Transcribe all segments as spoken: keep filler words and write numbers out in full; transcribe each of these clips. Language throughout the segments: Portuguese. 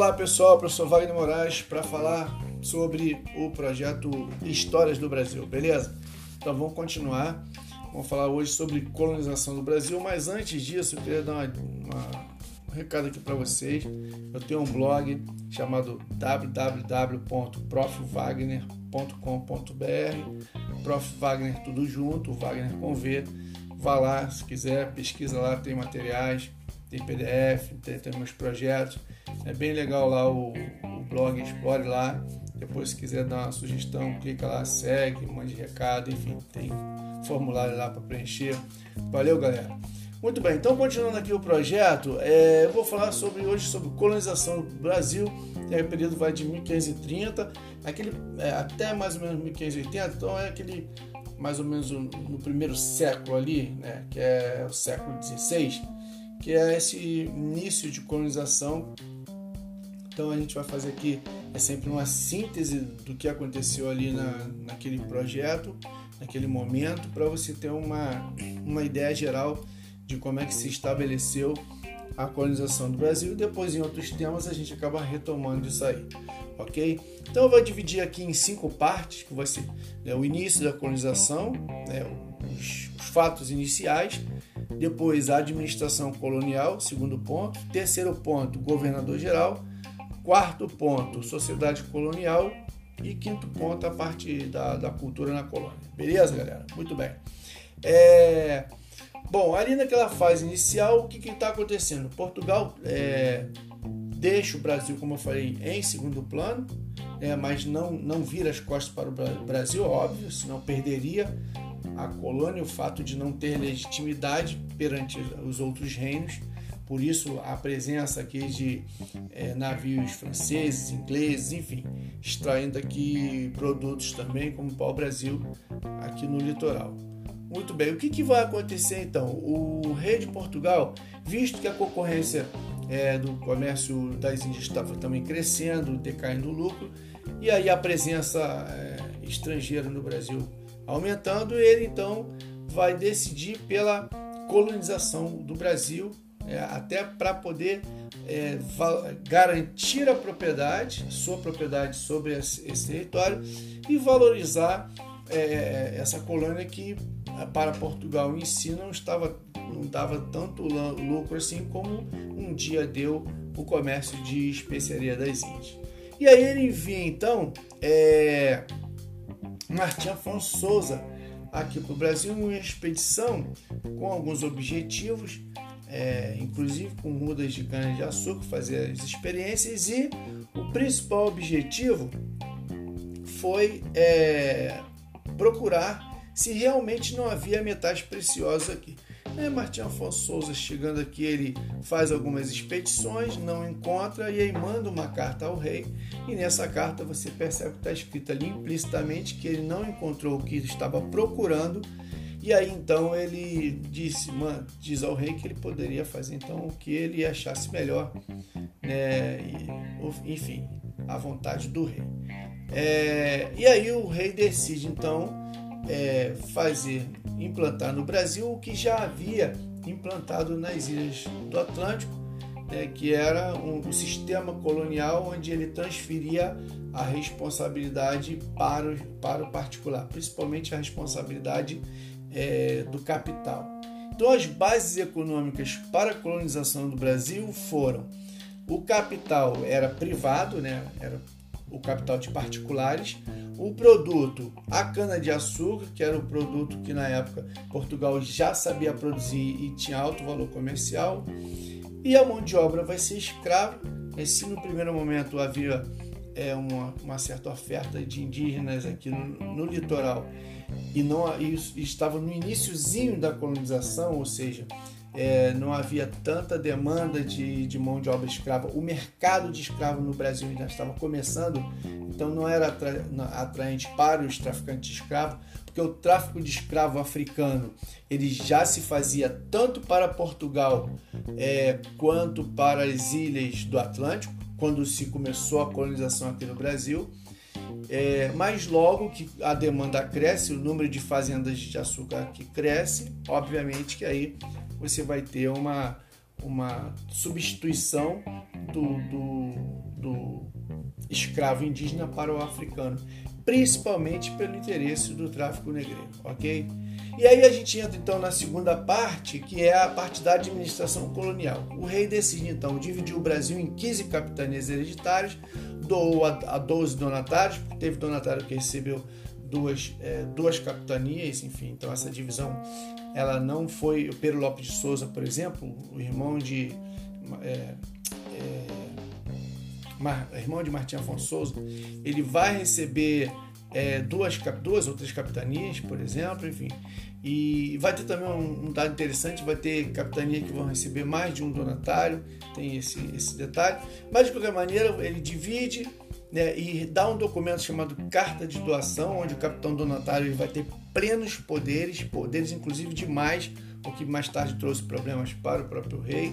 Olá pessoal, professor Wagner Moraes para falar sobre o projeto Histórias do Brasil, beleza? Então vamos continuar, vamos falar hoje sobre colonização do Brasil, mas antes disso eu queria dar uma, uma, um recado aqui para vocês. Eu tenho um blog chamado w w w ponto prof wagner ponto com ponto b r, Prof Wagner tudo junto, Wagner com V. Vá lá, se quiser, pesquisa lá, tem materiais, tem P D F, tem, tem meus projetos. É bem legal lá o, o blog, explore lá. Depois, se quiser dar uma sugestão, clica lá, segue, mande recado, enfim, tem formulário lá para preencher. Valeu, galera. Muito bem, então continuando aqui o projeto, é, eu vou falar sobre, hoje sobre colonização do Brasil. É, o período vai de mil quinhentos e trinta aquele, é, até mais ou menos mil quinhentos e oitenta, então é aquele mais ou menos no primeiro século ali, né, que é o século dezesseis, que é esse início de colonização. Então a gente vai fazer aqui é sempre uma síntese do que aconteceu ali na, naquele projeto, naquele momento, para você ter uma, uma ideia geral de como é que se estabeleceu a colonização do Brasil, e depois em outros temas a gente acaba retomando isso aí, ok? Então eu vou dividir aqui em cinco partes, que vai ser, né, o início da colonização, né, os, os fatos iniciais, depois a administração colonial, segundo ponto, terceiro ponto, governador-geral, quarto ponto, sociedade colonial e quinto ponto, a parte da, da cultura na colônia. Beleza, galera? Muito bem. É... Bom, ali naquela fase inicial, o que está acontecendo? Portugal é, deixa o Brasil, como eu falei, em segundo plano, é, mas não, não vira as costas para o Brasil, óbvio, senão perderia a colônia, o fato de não ter legitimidade perante os outros reinos. Por isso, a presença aqui de é, navios franceses, ingleses, enfim, extraindo aqui produtos também, como o pau-brasil, aqui no litoral. Muito bem, o que, que vai acontecer então? O rei de Portugal, visto que a concorrência é, do comércio das Índias estava também crescendo, decaindo o lucro, e aí a presença é, estrangeira no Brasil aumentando, ele então vai decidir pela colonização do Brasil, é, até para poder é, garantir a propriedade, a sua propriedade sobre esse, esse território, e valorizar é, essa colônia que para Portugal em si não estava, não dava tanto lucro assim como um dia deu o comércio de especiaria das Índias. E aí ele envia então é, Martim Afonso Souza aqui para o Brasil em uma expedição com alguns objetivos, é, inclusive com mudas de cana-de-açúcar, fazer as experiências, e o principal objetivo foi é, procurar se realmente não havia metais preciosos aqui. É, Martim Afonso Souza chegando aqui, ele faz algumas expedições, não encontra, e aí manda uma carta ao rei, e nessa carta você percebe que está escrito ali implicitamente que ele não encontrou o que ele estava procurando, e aí então ele disse, man, diz ao rei que ele poderia fazer então o que ele achasse melhor, né, e, enfim, à vontade do rei. É, e aí o rei decide então É, fazer, implantar no Brasil o que já havia implantado nas ilhas do Atlântico, né, que era um, um sistema colonial onde ele transferia a responsabilidade para o, para o particular, principalmente a responsabilidade é, do capital. Então as bases econômicas para a colonização do Brasil foram: o capital era privado, né, era o capital de particulares, o produto, a cana-de-açúcar, que era o produto que na época Portugal já sabia produzir e tinha alto valor comercial, e a mão de obra vai ser escrava. Se no primeiro momento havia é, uma, uma certa oferta de indígenas aqui no, no litoral e, não, e estava no iniciozinho da colonização, ou seja, É, não havia tanta demanda de, de mão de obra escrava, o mercado de escravo no Brasil ainda estava começando, então não era atra, atraente para os traficantes de escravo, porque o tráfico de escravo africano ele já se fazia tanto para Portugal é, quanto para as ilhas do Atlântico, quando se começou a colonização aqui no Brasil. É, mas logo que a demanda cresce, o número de fazendas de açúcar que cresce, obviamente que aí você vai ter uma, uma substituição do, do, do escravo indígena para o africano, principalmente pelo interesse do tráfico negreiro, ok? E aí a gente entra então na segunda parte, que é a parte da administração colonial. O rei decide então dividir o Brasil em quinze capitanias hereditárias, doou a doze donatários, porque teve donatário que recebeu duas, é, duas capitanias, enfim, então essa divisão ela não foi. O Pero Lopes de Souza, por exemplo, o irmão de é, é, Mar, irmão de Martim Afonso Souza, ele vai receber é, duas, duas ou três capitanias, por exemplo, enfim. E vai ter também um, um dado interessante, vai ter capitania que vão receber mais de um donatário, tem esse, esse detalhe. Mas, de qualquer maneira, ele divide, né, e dá um documento chamado Carta de Doação, onde o capitão donatário ele vai ter plenos poderes, poderes inclusive demais, o que mais tarde trouxe problemas para o próprio rei.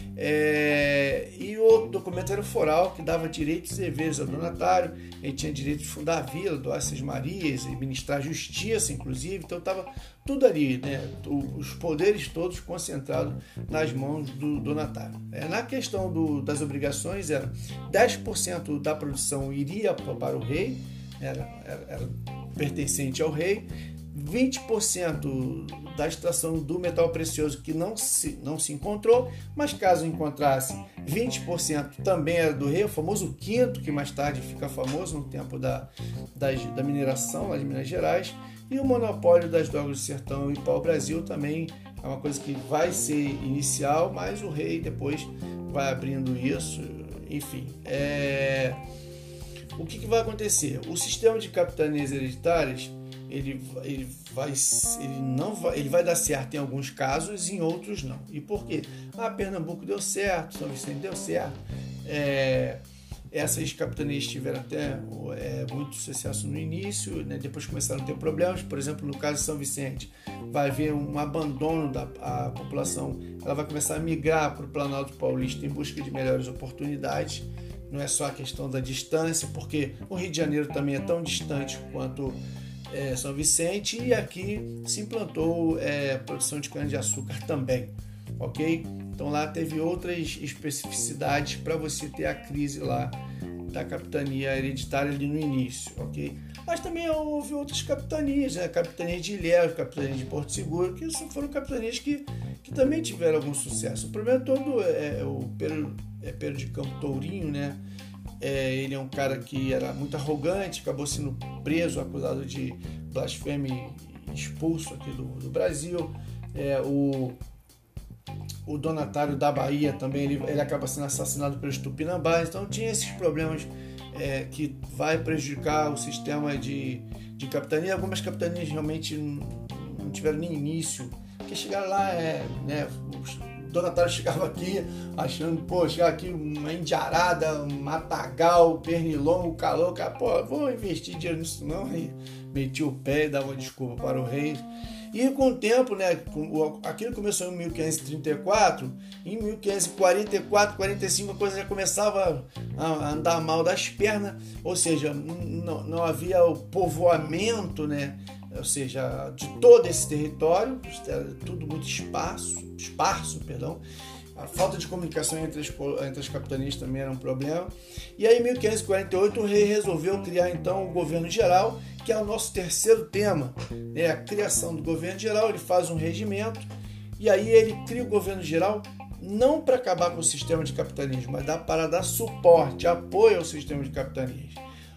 É, e o documento era o foral, que dava direitos e deveres ao donatário. Ele tinha direito de fundar a vila, doar Seis Marias, e ministrar justiça, inclusive. Então estava tudo ali, né? Os poderes todos concentrados nas mãos do donatário. É, na questão do, das obrigações, era dez por cento da produção iria para o rei, era, era, era pertencente ao rei. vinte por cento da extração do metal precioso que não se, não se encontrou, mas caso encontrasse, vinte por cento também era do rei, o famoso quinto, que mais tarde fica famoso no tempo da, da, da mineração lá de Minas Gerais, e o monopólio das drogas do sertão e pau-brasil também é uma coisa que vai ser inicial, mas o rei depois vai abrindo isso, enfim. É... O que, que vai acontecer? O sistema de capitanias hereditárias Ele, ele, vai, ele, não vai, ele vai dar certo em alguns casos, em outros não. E por quê? Ah, Pernambuco deu certo, São Vicente deu certo. É, essas capitanias tiveram até é, muito sucesso no início, né? Depois começaram a ter problemas. Por exemplo, no caso de São Vicente, vai haver um abandono da a população, ela vai começar a migrar para o Planalto Paulista em busca de melhores oportunidades. Não é só a questão da distância, porque o Rio de Janeiro também é tão distante quanto É, São Vicente, e aqui se implantou é, produção de cana-de-açúcar também, ok? Então lá teve outras especificidades para você ter a crise lá da capitania hereditária ali no início, ok? Mas também houve outras capitanias, né? Capitania de Ilhéus, capitania de Porto Seguro, que foram capitanias que, que também tiveram algum sucesso. O problema todo é, é o Pero, é Pero de Campo Tourinho, né? É, ele é um cara que era muito arrogante, acabou sendo preso, acusado de blasfêmia e expulso aqui do, do Brasil. É, o, o donatário da Bahia também, ele, ele acaba sendo assassinado pelos Tupinambás. Então tinha esses problemas é, que vai prejudicar o sistema de, de capitania. Algumas capitanias realmente não, não tiveram nem início, porque chegaram lá, é, né, os donatário chegava aqui achando, pô, chegar aqui uma indiarada, um matagal, pernilongo, calor, cara, pô, vou investir dinheiro nisso não, aí meti o pé e dava desculpa para o rei. E com o tempo, né, aquilo começou em mil quinhentos e trinta e quatro, em mil quinhentos e quarenta e quatro, quarenta e cinco a coisa já começava a andar mal das pernas, ou seja, não, não havia o povoamento, né, ou seja, de todo esse território, era tudo muito esparso, esparso, perdão. A falta de comunicação entre as, entre as capitanias também era um problema. E aí, em mil quinhentos e quarenta e oito, o rei resolveu criar então o governo geral, que é o nosso terceiro tema, né? A criação do governo geral. Ele faz um regimento e aí ele cria o governo geral não para acabar com o sistema de capitanias, mas para dar suporte, apoio ao sistema de capitanias.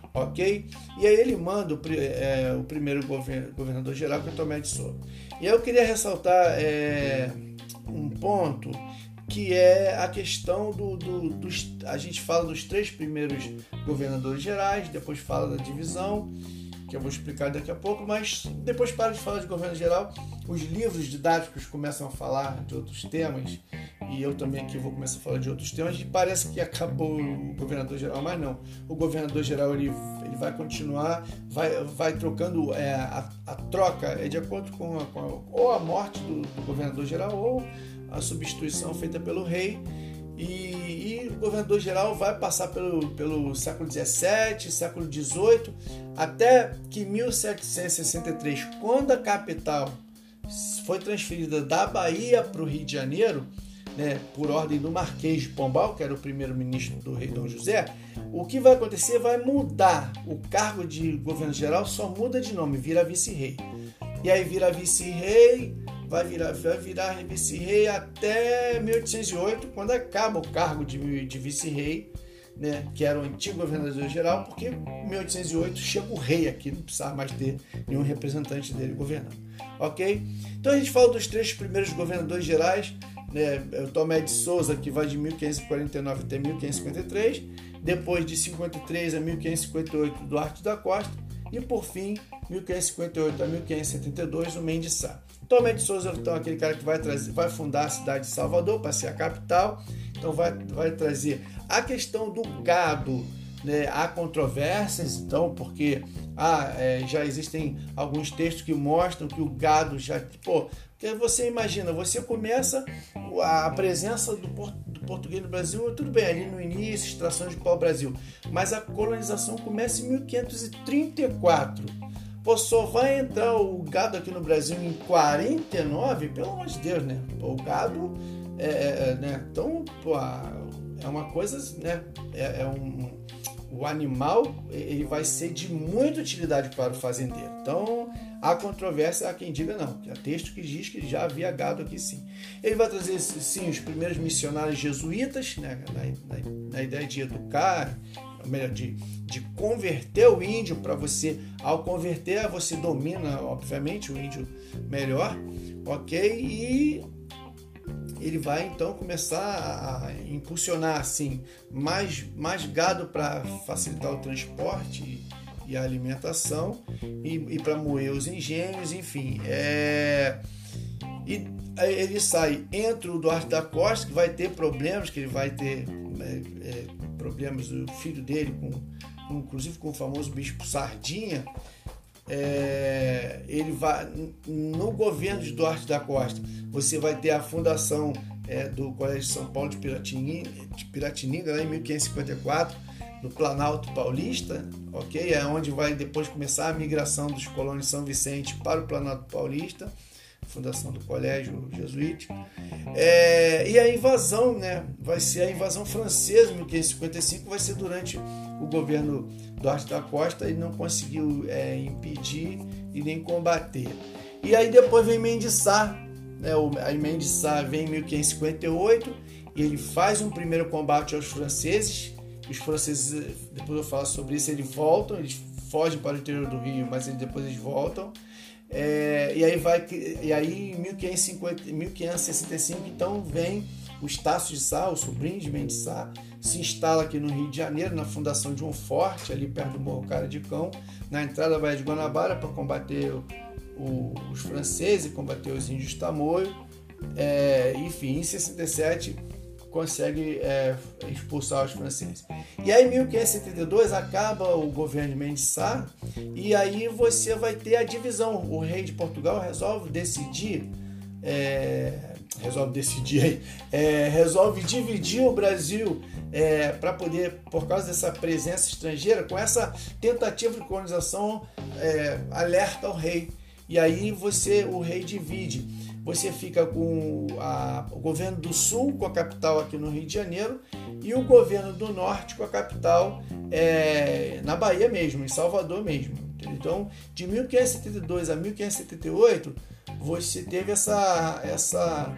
Ok? E aí ele manda o, é, o primeiro govern, governador geral, que é Tomé de Souza. E aí eu queria ressaltar é, um ponto, que é a questão do, do, dos... A gente fala dos três primeiros governadores gerais, depois fala da divisão, que eu vou explicar daqui a pouco, mas depois para de falar de governo geral, os livros didáticos começam a falar de outros temas, e eu também aqui vou começar a falar de outros temas, e parece que acabou o governador geral, mas não. O governador geral ele, ele vai continuar, vai, vai trocando, é, a, a troca é de acordo com a, com a, ou a morte do, do governador geral, ou a substituição feita pelo rei, e, e o governador geral vai passar pelo, pelo século dezessete, século dezoito, até que em mil setecentos e sessenta e três, quando a capital foi transferida da Bahia para o Rio de Janeiro, né, por ordem do Marquês de Pombal, que era o primeiro-ministro do rei Dom José, o que vai acontecer vai mudar. O cargo de governo geral só muda de nome, vira vice-rei. E aí vira vice-rei, vai virar, vai virar vice-rei até mil oitocentos e oito, quando acaba o cargo de, de vice-rei, né, que era o antigo governador-geral, porque em mil oitocentos e oito chega o rei aqui, não precisava mais ter nenhum representante dele governando. Ok? Então a gente fala dos três primeiros governadores gerais, né, o Tomé de Souza, que vai de mil quinhentos e quarenta e nove até mil quinhentos e cinquenta e três, depois de cinquenta e três a mil quinhentos e cinquenta e oito, Duarte da Costa, e por fim, mil quinhentos e cinquenta e oito a mil quinhentos e setenta e dois, o Mendes Sá. Tomé de Souza, então, aquele cara que vai, trazer, vai fundar a cidade de Salvador para ser a capital, então vai, vai trazer a questão do gado, né? Há controvérsias, então, porque ah, é, já existem alguns textos que mostram que o gado já... Pô, porque você imagina, você começa a presença do, do português no Brasil, tudo bem, ali no início, extração de pau-brasil, mas a colonização começa em mil quinhentos e trinta e quatro. Pô, só vai entrar o gado aqui no Brasil em quarenta e nove, pelo amor de Deus, né? Pô, o gado, é, é, né? Então, pô, é uma coisa, né? É, é um... O animal, ele vai ser de muita utilidade para o fazendeiro. Então, há controvérsia, há quem diga não, que há texto que diz que já havia gado aqui sim. Ele vai trazer, sim, os primeiros missionários jesuítas, né, na, na, na ideia de educar, ou melhor, de, de converter o índio para você, ao converter, você domina, obviamente, o índio melhor, ok? E ele vai então começar a impulsionar assim, mais, mais gado para facilitar o transporte e, e a alimentação e, e para moer os engenhos, enfim. É, e ele sai entre o Duarte da Costa, que vai ter problemas, que ele vai ter é, é, problemas do filho dele, com, com, inclusive com o famoso bispo Sardinha. É, ele vai no governo de Duarte da Costa, você vai ter a fundação é, do Colégio de São Paulo de Piratininga, de Piratininga lá em mil quinhentos e cinquenta e quatro, do Planalto Paulista, ok? É onde vai depois começar a migração dos colonos de São Vicente para o Planalto Paulista, fundação do Colégio Jesuítico. É, e a invasão, né? Vai ser a invasão francesa em mil quinhentos e cinquenta e cinco, vai ser durante o governo Duarte da Costa, e não conseguiu é, impedir e nem combater. E aí depois vem Mendes Sá, né? O, aí Mendes Sá vem em mil quinhentos e cinquenta e oito e ele faz um primeiro combate aos franceses. Os franceses, depois eu falo sobre isso, eles voltam, eles fogem para o interior do Rio, mas eles, depois eles voltam. É, e aí vai e aí em mil quinhentos e cinquenta, mil quinhentos e sessenta e cinco então vem o Estácio de Sá, o sobrinho de Mendes Sá, se instala aqui no Rio de Janeiro, na fundação de um forte ali perto do Morro Cara de Cão, na entrada da Baía de Guanabara, para combater o, o, os franceses, combater os índios tamoio. É, enfim, em sessenta e sete consegue é, expulsar os franceses. E aí em mil quinhentos e setenta e dois acaba o governo de Mendes Sá, e aí você vai ter a divisão. O rei de Portugal resolve decidir, é, resolve decidir, é, resolve dividir o Brasil é, para poder, por causa dessa presença estrangeira, com essa tentativa de colonização, é, alerta ao rei. E aí você, o rei divide. Você fica com a, o governo do Sul, com a capital aqui no Rio de Janeiro, e o governo do Norte, com a capital é, na Bahia mesmo, em Salvador mesmo. Então, de mil quinhentos e setenta e dois a mil quinhentos e setenta e oito, você teve essa, essa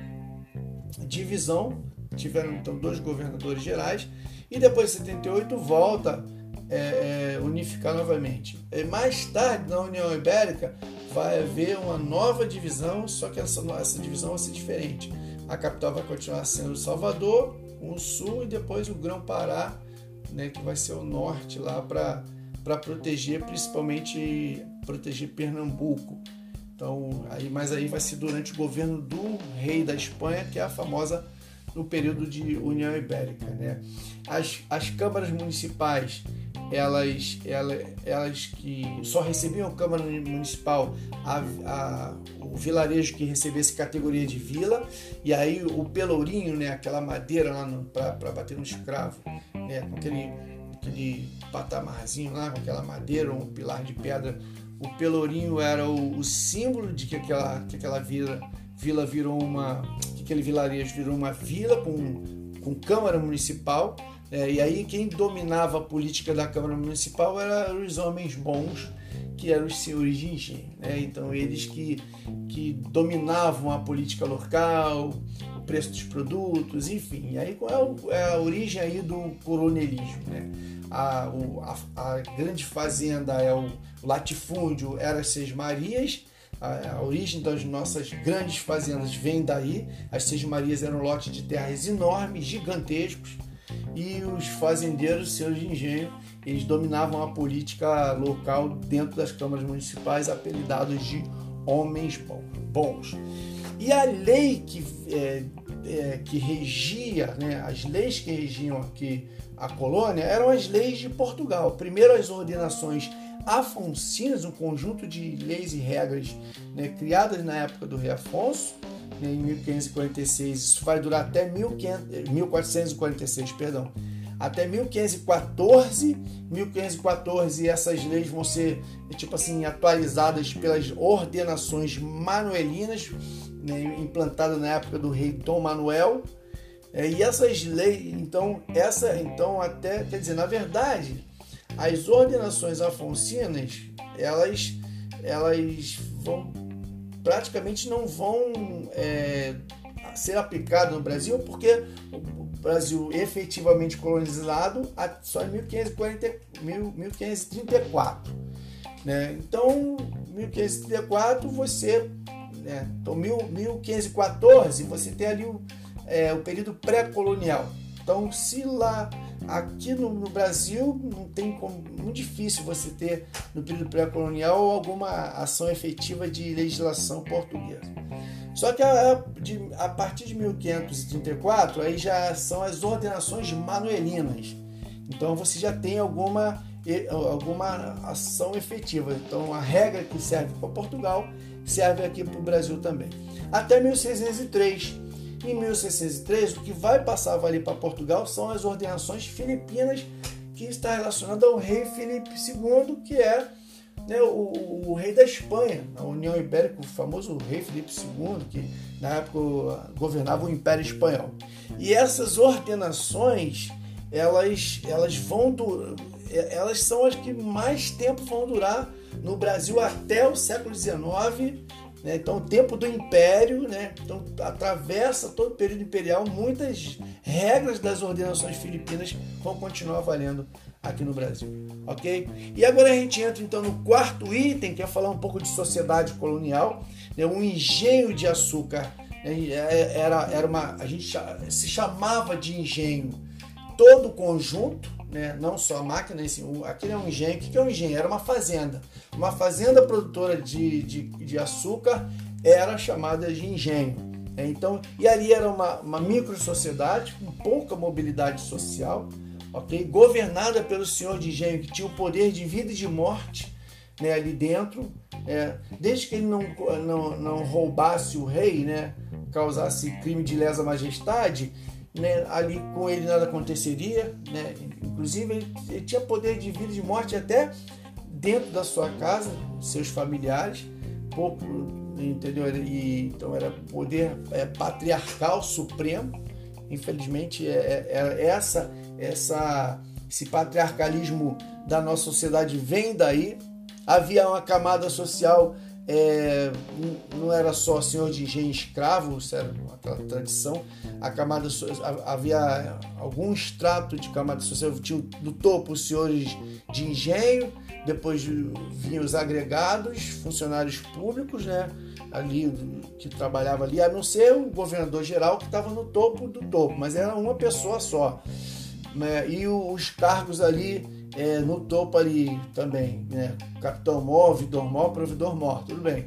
divisão. Tiveram então dois governadores gerais, e depois de setenta e oito volta é, é, unificar novamente. E mais tarde, na União Ibérica, vai haver uma nova divisão, só que essa, essa divisão vai ser diferente. A capital vai continuar sendo Salvador, com o sul, e depois o Grão-Pará, né, que vai ser o norte lá para para proteger, principalmente proteger Pernambuco. Então, aí, mas aí vai ser durante o governo do rei da Espanha, que é a famosa no período de União Ibérica, né? As, as câmaras municipais, elas, elas, elas que só recebiam Câmara Municipal a, a, o vilarejo que recebesse categoria de vila, e aí o pelourinho, né, aquela madeira lá para bater no escravo, né, com aquele, aquele patamarzinho lá, com aquela madeira, um pilar de pedra, o pelourinho era o, o símbolo de que aquela, que aquela vila, vila virou uma... O que, aquele vilarejo virou uma vila com, com Câmara Municipal, é, e aí quem dominava a política da Câmara Municipal eram os homens bons, que eram os senhores de engenho, né? Então eles que, que dominavam a política local, o preço dos produtos, enfim. E aí qual é a origem aí do coronelismo, né? A, o, a, a grande fazenda é o, o latifúndio, era as Sesmarias. A, a origem das nossas grandes fazendas vem daí. As Sesmarias eram lotes de terras enormes, gigantescos, e os fazendeiros, senhores de engenho, eles dominavam a política local dentro das câmaras municipais, apelidados de homens bons. E a lei que, é, é, que regia, né, as leis que regiam aqui a colônia eram as leis de Portugal. Primeiro as ordenações afonsinas, um conjunto de leis e regras, né, criadas na época do rei Afonso, né, em mil quinhentos e quarenta e seis. Isso vai durar até mil quatrocentos e quarenta e seis, perdão. Até mil quinhentos e quatorze, mil quinhentos e quatorze essas leis vão ser, tipo assim, atualizadas pelas ordenações manuelinas, né, implantadas na época do rei Dom Manuel. É, e essas leis, então, essa, então até, quer dizer, na verdade, as ordenações afonsinas, elas, elas vão, praticamente não vão é, ser aplicadas no Brasil, porque o Brasil efetivamente colonizado só em mil quinhentos e trinta e quatro. Né? Então, mil quinhentos e trinta e quatro, você, né? Então, mil quinhentos e quatorze, você tem ali o, é, o período pré-colonial. Então, se lá, aqui no, no Brasil, não tem como, muito difícil você ter no período pré-colonial alguma ação efetiva de legislação portuguesa. Só que a, de, a partir de mil quinhentos e trinta e quatro, aí já são as ordenações manuelinas. Então você já tem alguma, alguma ação efetiva. Então a regra que serve para Portugal serve aqui para o Brasil também. Até mil seiscentos e três. Em mil seiscentos e três, o que vai passar a valer para Portugal são as ordenações filipinas, que está relacionado ao rei Filipe segundo, que é, né, o, o rei da Espanha, a União Ibérica, o famoso rei Filipe segundo, que na época governava o Império Espanhol. E essas ordenações, elas, elas, vão du- elas são as que mais tempo vão durar no Brasil até o século dezenove, né? Então, o tempo do Império, né? Então, atravessa todo o período imperial, muitas regras das ordenações filipinas vão continuar valendo aqui no Brasil, ok? E agora a gente entra então no quarto item, que é falar um pouco de sociedade colonial, né? Um engenho de açúcar, né? era, era uma, a gente se chamava de engenho todo o conjunto, né? Não só a máquina, assim, aquele é um engenho. O que é um engenho? Era uma fazenda. Uma fazenda produtora de, de, de açúcar era chamada de engenho. Né? Então, e ali era uma, uma micro-sociedade com pouca mobilidade social, okay? Governada pelo senhor de engenho, que tinha o poder de vida e de morte, né, ali dentro. É, desde que ele não, não, não roubasse o rei, né, causasse crime de lesa majestade, né, ali com ele nada aconteceria, né? Inclusive ele, ele tinha poder de vida e de morte até dentro da sua casa, seus familiares, pouco, entendeu? E, então era poder é, patriarcal supremo. Infelizmente é, é, é essa, essa, esse patriarcalismo da nossa sociedade vem daí. Havia uma camada social, é, não era só senhor de engenho escravo, isso era aquela tradição. A camada, havia algum extrato de camada social, tinha do topo os senhores de engenho, depois vinham os agregados, funcionários públicos, né, ali, que trabalhava ali, a não ser o governador geral, que estava no topo do topo, mas era uma pessoa só, né, e os cargos ali, é, no topo ali também, né, capitão-mor, vidor-mor, provedor-mor, tudo bem.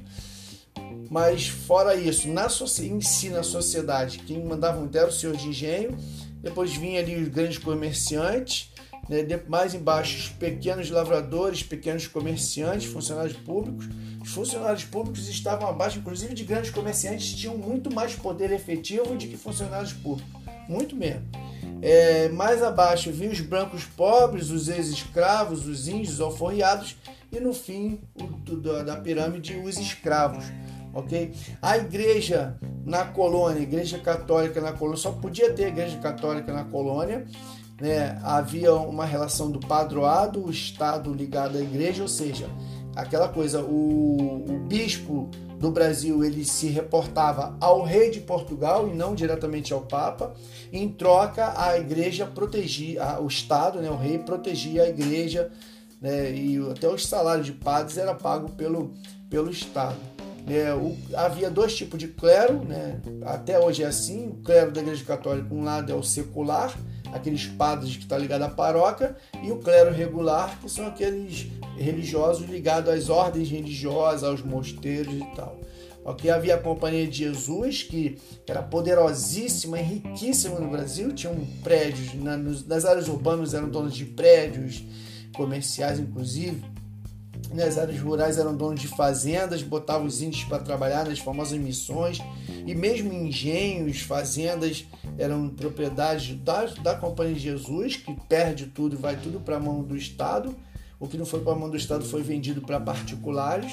Mas fora isso, na em si, na sociedade, quem mandava muito era o senhor de engenho, depois vinha ali os grandes comerciantes, né? Mais embaixo os pequenos lavradores, pequenos comerciantes, funcionários públicos. Os funcionários públicos estavam abaixo, inclusive de grandes comerciantes, tinham muito mais poder efetivo do que funcionários públicos, muito mesmo. É, mais abaixo vinham os brancos pobres, os ex-escravos, os índios, os alforriados, e no fim o, da, da pirâmide os escravos. ok? A igreja na colônia, a igreja católica na colônia, só podia ter igreja católica na colônia, né? Havia uma relação do padroado, o Estado ligado à igreja, ou seja, aquela coisa, o, o bispo do Brasil ele se reportava ao rei de Portugal e não diretamente ao Papa. Em troca, a igreja protegia, o Estado, né, o rei protegia a igreja, né, e até os salários de padres era pago pelo, pelo Estado. É, o, havia dois tipos de clero, né, até hoje é assim. O clero da igreja católica, um lado é o secular, aqueles padres que estão ligados à paróquia, e o clero regular, que são aqueles religiosos ligados às ordens religiosas, aos mosteiros e tal. Okay? Havia a Companhia de Jesus, que era poderosíssima e riquíssima no Brasil, tinham prédios, na, nas áreas urbanas eram donos de prédios comerciais, inclusive. Nas áreas rurais eram donos de fazendas, botavam os índios para trabalhar nas famosas missões, e mesmo engenhos, fazendas eram propriedades da, da Companhia de Jesus, que perde tudo e vai tudo para a mão do Estado. O que não foi para a mão do Estado foi vendido para particulares,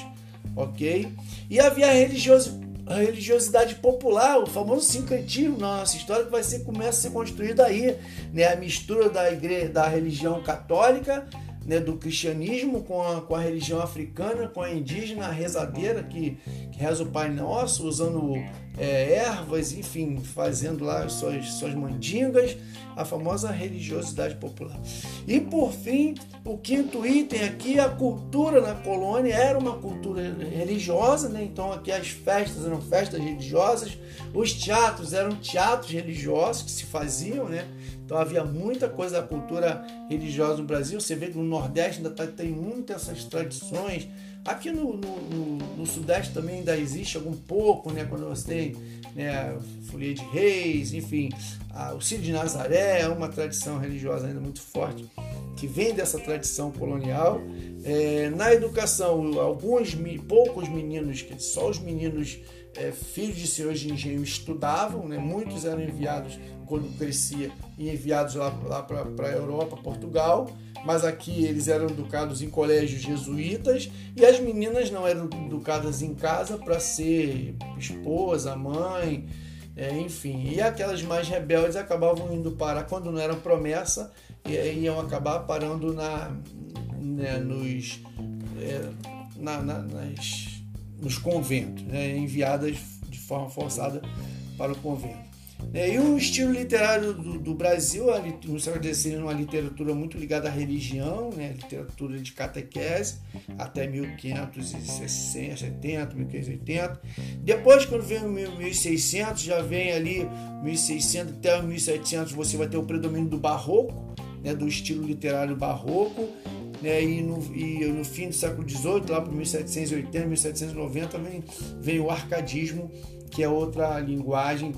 ok? E havia a, religiosi, a religiosidade popular, o famoso sincretismo na nossa história, que vai ser, começa a ser construído aí, né? A mistura da, igreja, da religião católica, né, do cristianismo com a, com a religião africana, com a indígena, a rezadeira que, que reza o Pai Nosso, usando é, ervas, enfim, fazendo lá suas, suas mandingas, a famosa religiosidade popular. E por fim, o quinto item aqui, a cultura na colônia era uma cultura religiosa, né? Então aqui as festas eram festas religiosas, os teatros eram teatros religiosos que se faziam, né? Então havia muita coisa da cultura religiosa no Brasil. Você vê que no Nordeste ainda tá, tem muitas essas tradições. Aqui no, no, no, no Sudeste também ainda existe algum pouco, né? Quando você tem, né, Folia de Reis, enfim, a, o Círio de Nazaré é uma tradição religiosa ainda muito forte, que vem dessa tradição colonial. É, na educação, alguns, poucos meninos, só os meninos é, filhos de senhores de engenho estudavam, né? Muitos eram enviados, quando crescia, e enviados lá, lá para a Europa, Portugal, mas aqui eles eram educados em colégios jesuítas, e as meninas não eram educadas em casa para ser esposa, mãe, é, enfim. E aquelas mais rebeldes acabavam indo parar, quando não eram promessa, iam acabar parando na, né, nos, é, na, na, nas, nos conventos, né, enviadas de forma forçada para o convento. E o estilo literário do, do Brasil, no século dezesseis, uma literatura muito ligada à religião, né? Literatura de catequese, até mil quinhentos e setenta, mil quinhentos e oitenta. Depois, quando vem o mil e seiscentos, já vem ali mil e seiscentos até mil e setecentos, você vai ter o predomínio do barroco, né? Do estilo literário barroco. Né? E, no, e no fim do século dezoito, lá para mil setecentos e oitenta, mil setecentos e noventa, vem, vem o arcadismo, que é outra linguagem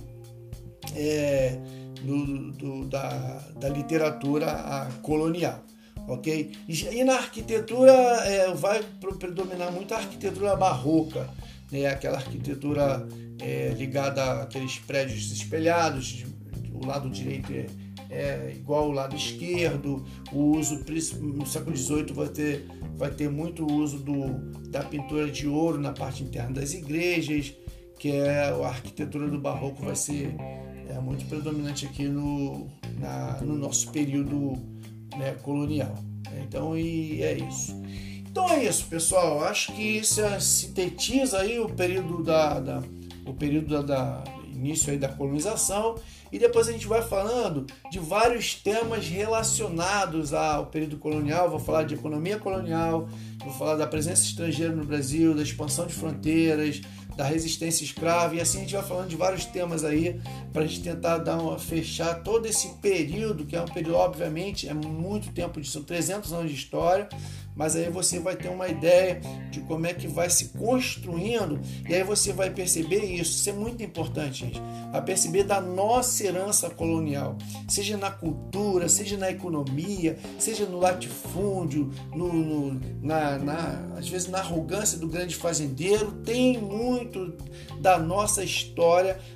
É, do, do, da, da literatura colonial, ok? E na arquitetura é, vai predominar muito a arquitetura barroca, né? Aquela arquitetura é, ligada àqueles prédios espelhados, o lado direito é, é igual ao lado esquerdo. O uso no século dezoito vai ter, vai ter muito uso do, da pintura de ouro na parte interna das igrejas, que é a arquitetura do barroco vai ser é muito predominante aqui no, na, no nosso período, né, colonial. Então, e é isso. Então é isso, pessoal. Acho que isso sintetiza aí o período da, da o período da, da início aí da colonização, e depois a gente vai falando de vários temas relacionados ao período colonial. Vou falar de economia colonial, vou falar da presença estrangeira no Brasil, da expansão de fronteiras, da resistência escrava, e assim a gente vai falando de vários temas aí para a gente tentar dar uma, fechar todo esse período, que é um período, obviamente, é muito tempo, de, são trezentos anos de história, mas aí você vai ter uma ideia de como é que vai se construindo, e aí você vai perceber isso. Isso é muito importante, gente, a perceber da nossa herança colonial, seja na cultura, seja na economia, seja no latifúndio, no, no, na, na, às vezes na arrogância do grande fazendeiro. Tem muito da nossa história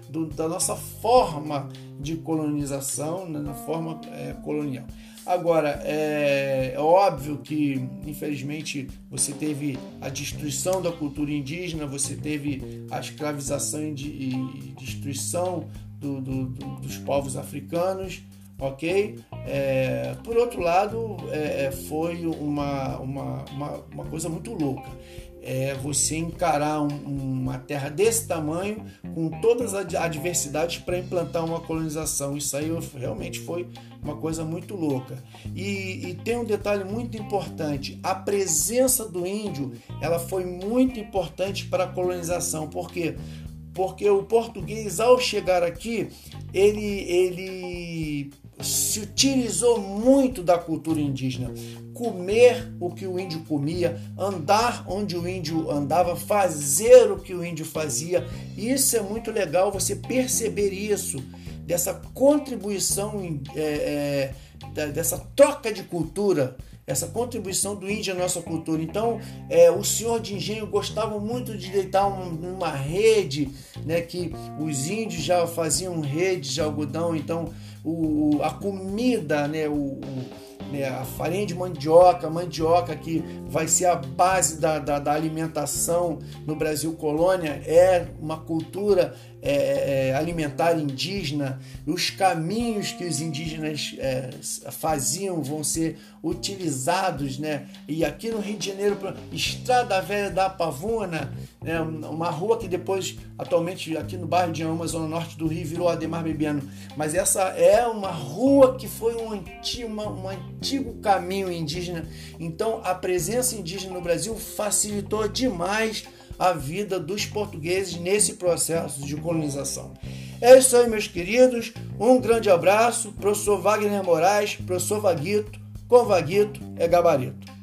do, da nossa forma de colonização, né, na forma é, colonial. Agora, é, é óbvio que, infelizmente, você teve a destruição da cultura indígena, você teve a escravização e, e destruição do, do, do, dos povos africanos, ok? É, por outro lado, é, foi uma, uma, uma, uma coisa muito louca. É você encarar um, uma terra desse tamanho, com todas as adversidades, para implantar uma colonização. Isso aí realmente foi uma coisa muito louca. E, e tem um detalhe muito importante: a presença do índio, ela foi muito importante para a colonização. Por quê? Porque o português, ao chegar aqui, ele, ele se utilizou muito da cultura indígena. Comer o que o índio comia, andar onde o índio andava, fazer o que o índio fazia. Isso é muito legal, você perceber isso, dessa contribuição, é, é, dessa troca de cultura, essa contribuição do índio à nossa cultura. Então, é, o senhor de engenho gostava muito de deitar um, uma rede, né, que os índios já faziam redes de algodão. Então, o, a comida, né, o, o a farinha de mandioca, mandioca que vai ser a base da, da, da alimentação no Brasil colônia, é uma cultura é, é, alimentar indígena. Os caminhos que os indígenas é, faziam vão ser utilizados, né? E aqui no Rio de Janeiro, Estrada Velha da Pavuna, né? Uma rua que depois, atualmente aqui no bairro de Ama, zona norte do Rio, virou Ademar Bebiano, mas essa é uma rua que foi um antigo, uma, um antigo caminho indígena. Então a presença indígena no Brasil facilitou demais a vida dos portugueses nesse processo de colonização. É isso aí, meus queridos. Um grande abraço. Professor Wagner Moraes, professor Vaguito. Com Vaguito é gabarito.